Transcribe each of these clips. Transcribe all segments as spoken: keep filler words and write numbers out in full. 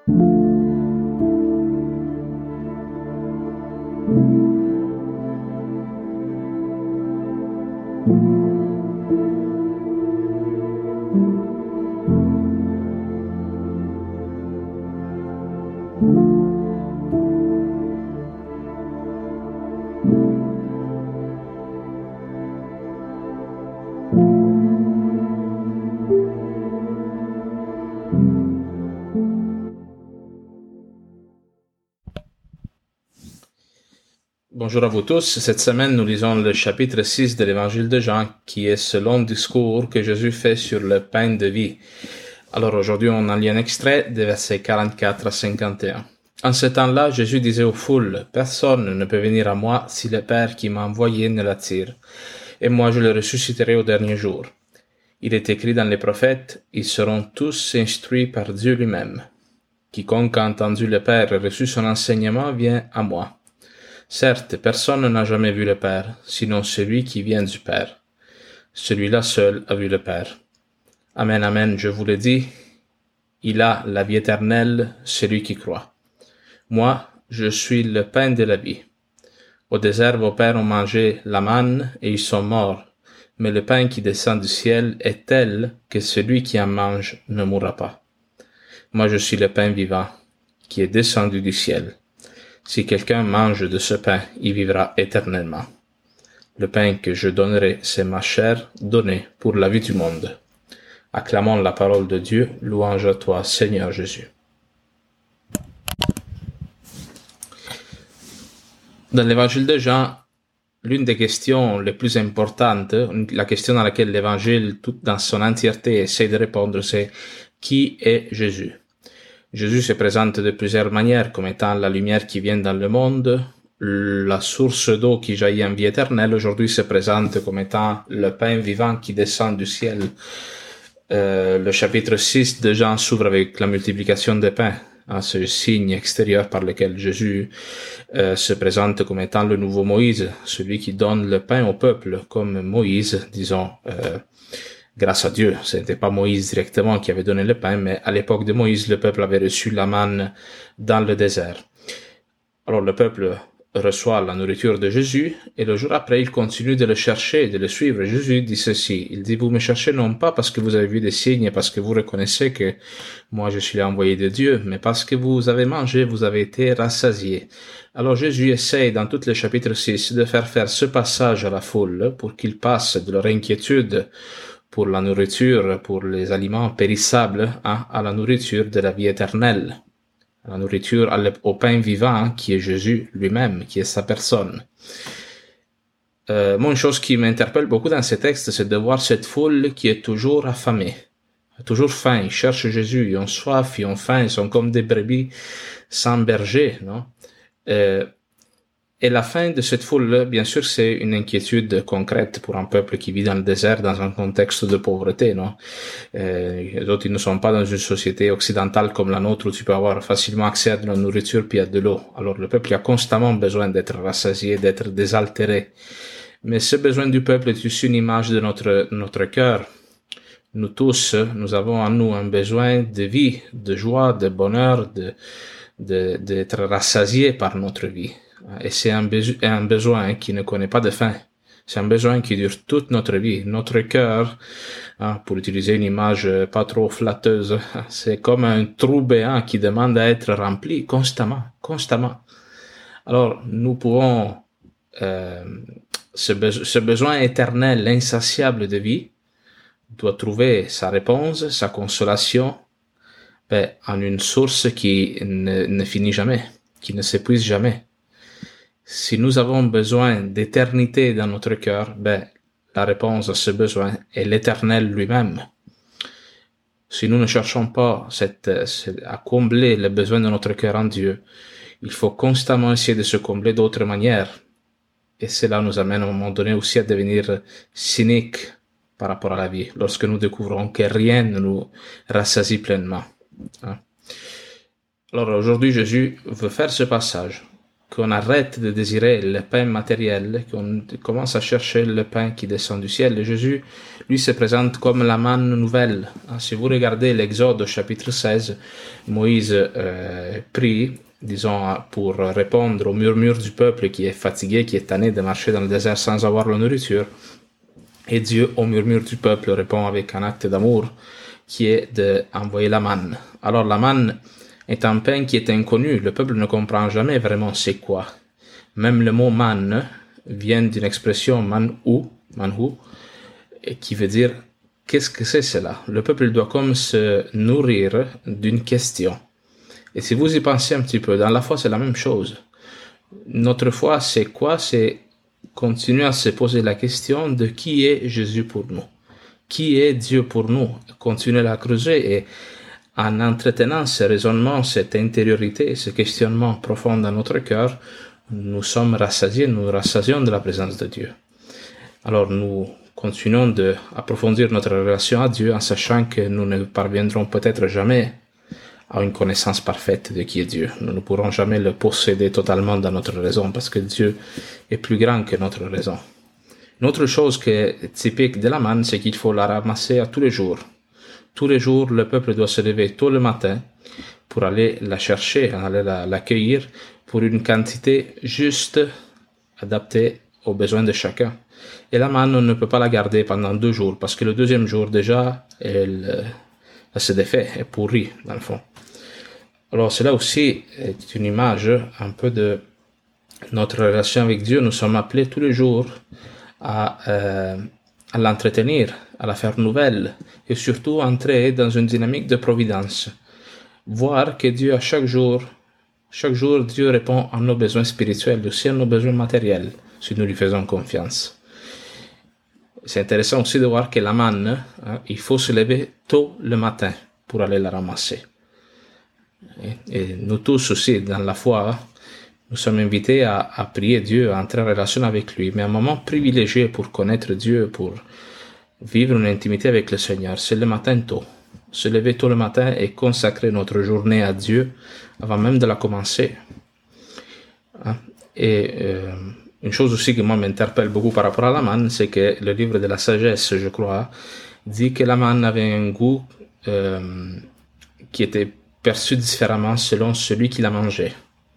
Bonjour à vous tous. Cette semaine, nous lisons le chapitre six de l'évangile de Jean, qui est ce long discours que Jésus fait sur le pain de vie. Alors aujourd'hui, on en lit un extrait des versets quarante-quatre à cinquante et un. En ce temps-là, Jésus disait aux foules, « Personne ne peut venir à moi si le Père qui m'a envoyé ne l'attire, et moi je le ressusciterai au dernier jour. Il est écrit dans les prophètes, ils seront tous instruits par Dieu lui-même. Quiconque a entendu le Père et reçu son enseignement vient à moi. Certes, personne n'a jamais vu le Père, sinon celui qui vient du Père. Celui-là seul a vu le Père. Amen, amen, je vous le dis, il a la vie éternelle, celui qui croit. Moi, je suis le pain de la vie. Au désert, vos pères ont mangé la manne et ils sont morts. Mais le pain qui descend du ciel est tel que celui qui en mange ne mourra pas. Moi, je suis le pain vivant, qui est descendu du ciel. Si quelqu'un mange de ce pain, il vivra éternellement. Le pain que je donnerai, c'est ma chair donnée pour la vie du monde. Acclamons la parole de Dieu, louange à toi, Seigneur Jésus. Dans l'évangile de Jean, l'une des questions les plus importantes, la question à laquelle l'évangile, tout dans son entièreté, essaie de répondre, c'est qui est Jésus? Jésus se présente de plusieurs manières comme étant la lumière qui vient dans le monde, la source d'eau qui jaillit en vie éternelle. Aujourd'hui se présente comme étant le pain vivant qui descend du ciel. Euh, le chapitre six de Jean s'ouvre avec la multiplication des pains, hein, ce signe extérieur par lequel Jésus euh, se présente comme étant le nouveau Moïse, celui qui donne le pain au peuple, comme Moïse, disons, euh, grâce à Dieu. Ce n'était pas Moïse directement qui avait donné le pain, mais à l'époque de Moïse, le peuple avait reçu la manne dans le désert. Alors le peuple reçoit la nourriture de Jésus, et le jour après, il continue de le chercher, de le suivre. Jésus dit ceci, il dit, vous me cherchez non pas parce que vous avez vu des signes, parce que vous reconnaissez que moi je suis l'envoyé de Dieu, mais parce que vous avez mangé, vous avez été rassasiés. Alors Jésus essaye dans tout le chapitre six de faire faire ce passage à la foule pour qu'ils passent de leur inquiétude pour la nourriture, pour les aliments périssables, hein, à la nourriture de la vie éternelle, à la nourriture au pain vivant, hein, qui est Jésus lui-même, qui est sa personne. Euh, moi, une chose qui m'interpelle beaucoup dans ces textes, c'est de voir cette foule qui est toujours affamée, toujours faim. Ils cherchent Jésus, ils ont soif, ils ont faim, ils sont comme des brebis sans berger, non? Euh, Et la fin de cette foule, bien sûr, c'est une inquiétude concrète pour un peuple qui vit dans le désert, dans un contexte de pauvreté, non? Euh, les autres, ils ne sont pas dans une société occidentale comme la nôtre où tu peux avoir facilement accès à de la nourriture puis à de l'eau. Alors, le peuple a constamment besoin d'être rassasié, d'être désaltéré. Mais ce besoin du peuple est aussi une image de notre, notre cœur. Nous tous, nous avons en nous un besoin de vie, de joie, de bonheur, de, de, d'être rassasié par notre vie. Et c'est un, beso- un besoin qui ne connaît pas de fin. C'est un besoin qui dure toute notre vie. Notre cœur, hein, pour utiliser une image pas trop flatteuse, c'est comme un trou béant qui demande à être rempli constamment, constamment. Alors, nous pouvons, euh, ce, be- ce besoin éternel, insatiable de vie, doit trouver sa réponse, sa consolation, ben, en une source qui ne, ne finit jamais, qui ne s'épuise jamais. Si nous avons besoin d'éternité dans notre cœur, ben, la réponse à ce besoin est l'Éternel lui-même. Si nous ne cherchons pas cette, cette, à combler les besoins de notre cœur en Dieu, il faut constamment essayer de se combler d'autres manières. Et cela nous amène à un moment donné aussi à devenir cyniques par rapport à la vie, lorsque nous découvrons que rien ne nous rassasie pleinement. Alors aujourd'hui, Jésus veut faire ce passage qu'on arrête de désirer le pain matériel, qu'on commence à chercher le pain qui descend du ciel. Et Jésus, lui, se présente comme la manne nouvelle. Si vous regardez l'Exode au chapitre seize, Moïse euh, prie, disons, pour répondre au murmure du peuple qui est fatigué, qui est tanné de marcher dans le désert sans avoir la nourriture. Et Dieu, au murmure du peuple, répond avec un acte d'amour qui est d'envoyer la manne. Alors la manne est un pain qui est inconnu. Le peuple ne comprend jamais vraiment c'est quoi. Même le mot manne vient d'une expression manhu, manhu, qui veut dire qu'est-ce que c'est cela. Le peuple doit comme se nourrir d'une question. Et si vous y pensez un petit peu, dans la foi c'est la même chose. Notre foi c'est quoi? C'est continuer à se poser la question de qui est Jésus pour nous. Qui est Dieu pour nous? Continuer à la creuser et en entretenant ce raisonnement, cette intériorité, ce questionnement profond dans notre cœur, nous sommes rassasiés, nous rassasions de la présence de Dieu. Alors nous continuons d'approfondir notre relation à Dieu en sachant que nous ne parviendrons peut-être jamais à une connaissance parfaite de qui est Dieu. Nous ne pourrons jamais le posséder totalement dans notre raison parce que Dieu est plus grand que notre raison. Une autre chose qui est typique de la manne, c'est qu'il faut la ramasser à tous les jours. Tous les jours, le peuple doit se lever tôt le matin pour aller la chercher, aller la, l'accueillir pour une quantité juste adaptée aux besoins de chacun. Et la manne, on ne peut pas la garder pendant deux jours parce que le deuxième jour, déjà, elle, elle se défait, elle pourrit, dans le fond. Alors, cela aussi est une image un peu de notre relation avec Dieu. Nous sommes appelés tous les jours à, euh, à l'entretenir, à la faire nouvelle et surtout entrer dans une dynamique de providence. Voir que Dieu, à chaque jour, chaque jour, Dieu répond à nos besoins spirituels, aussi à nos besoins matériels, si nous lui faisons confiance. C'est intéressant aussi de voir que la manne, hein, il faut se lever tôt le matin pour aller la ramasser. Et, et nous tous aussi, dans la foi, nous sommes invités à, à prier Dieu, à entrer en relation avec lui, mais un moment privilégié pour connaître Dieu, pour vivre une intimité avec le Seigneur, c'est le matin tôt. Se lever tôt le matin et consacrer notre journée à Dieu avant même de la commencer. Et euh, une chose aussi qui moi m'interpelle beaucoup par rapport à la manne, c'est que le livre de la sagesse, je crois, dit que la manne avait un goût euh, qui était perçu différemment selon celui qui la mangeait.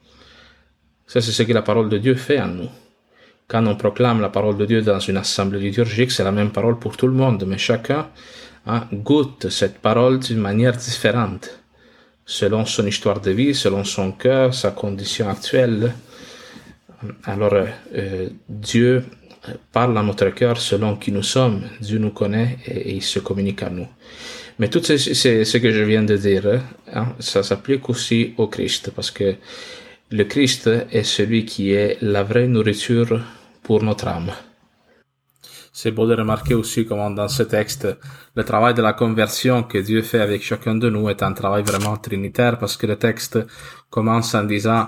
Ça, c'est ce que la parole de Dieu fait en nous. Quand on proclame la parole de Dieu dans une assemblée liturgique, c'est la même parole pour tout le monde, mais chacun hein, goûte cette parole d'une manière différente, selon son histoire de vie, selon son cœur, sa condition actuelle. Alors, euh, Dieu parle à notre cœur selon qui nous sommes. Dieu nous connaît et, et il se communique à nous. Mais tout ce, ce, ce que je viens de dire, hein, ça s'applique aussi au Christ, parce que le Christ est celui qui est la vraie nourriture pour notre âme. C'est beau de remarquer aussi comment dans ce texte, le travail de la conversion que Dieu fait avec chacun de nous est un travail vraiment trinitaire, parce que le texte commence en disant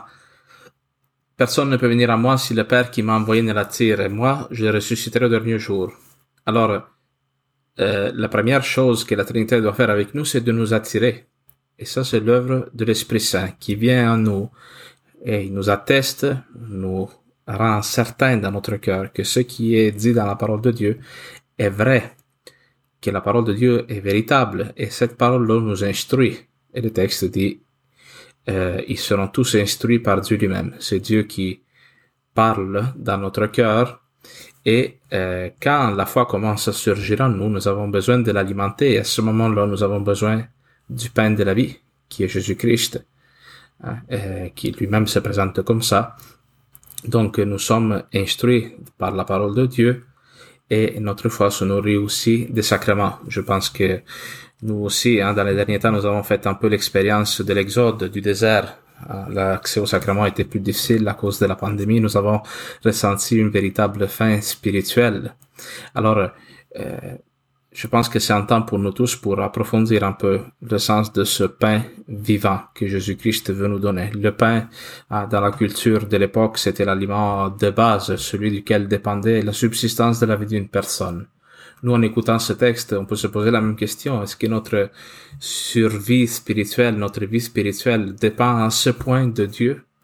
« Personne ne peut venir à moi si le Père qui m'a envoyé ne l'attire, et moi, je le ressusciterai au dernier jour. » Alors, euh, la première chose que la Trinité doit faire avec nous, c'est de nous attirer. Et ça, c'est l'œuvre de l'Esprit Saint qui vient en nous et il nous atteste, nous rend certain dans notre cœur que ce qui est dit dans la parole de Dieu est vrai, que la parole de Dieu est véritable, et cette parole-là nous instruit. Et le texte dit, euh, ils seront tous instruits par Dieu lui-même. C'est Dieu qui parle dans notre cœur, et euh, quand la foi commence à surgir en nous, nous avons besoin de l'alimenter, et à ce moment-là, nous avons besoin du pain de la vie, qui est Jésus-Christ, hein, euh, qui lui-même se présente comme ça. Donc, nous sommes instruits par la parole de Dieu, et notre foi se nourrit aussi des sacrements. Je pense que nous aussi, hein, dans les derniers temps, nous avons fait un peu l'expérience de l'exode, du désert. L'accès aux sacrements était plus difficile à cause de la pandémie. Nous avons ressenti une véritable faim spirituelle. Alors, euh, je pense que c'est un temps pour nous tous pour approfondir un peu le sens de ce pain vivant que Jésus-Christ veut nous donner. Le pain, dans la culture de l'époque, c'était l'aliment de base, celui duquel dépendait la subsistance de la vie d'une personne. Nous, en écoutant ce texte, on peut se poser la même question. Est-ce que notre survie spirituelle, notre vie spirituelle dépend à ce point de Dieu?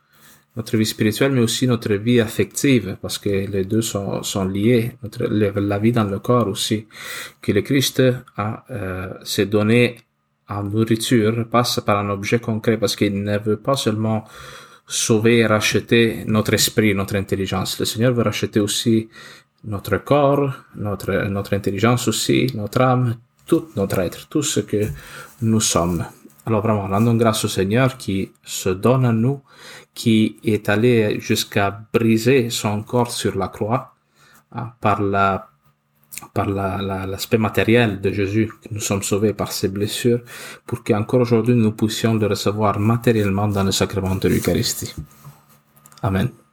notre vie spirituelle, mais aussi notre vie affective, parce que les deux sont, sont liés, notre, la vie dans le corps aussi, que le Christ a, euh, s'est donné en nourriture, passe par un objet concret, parce qu'il ne veut pas seulement sauver et racheter notre esprit, notre intelligence. Le Seigneur veut racheter aussi notre corps, notre, notre intelligence aussi, notre âme, tout notre être, tout ce que nous sommes. Alors vraiment, rendons grâce au Seigneur qui se donne à nous, qui est allé jusqu'à briser son corps sur la croix, hein, par la par la, la, l'aspect matériel de Jésus, que nous sommes sauvés par ses blessures, pour qu'encore aujourd'hui nous puissions le recevoir matériellement dans le sacrement de l'Eucharistie. Amen.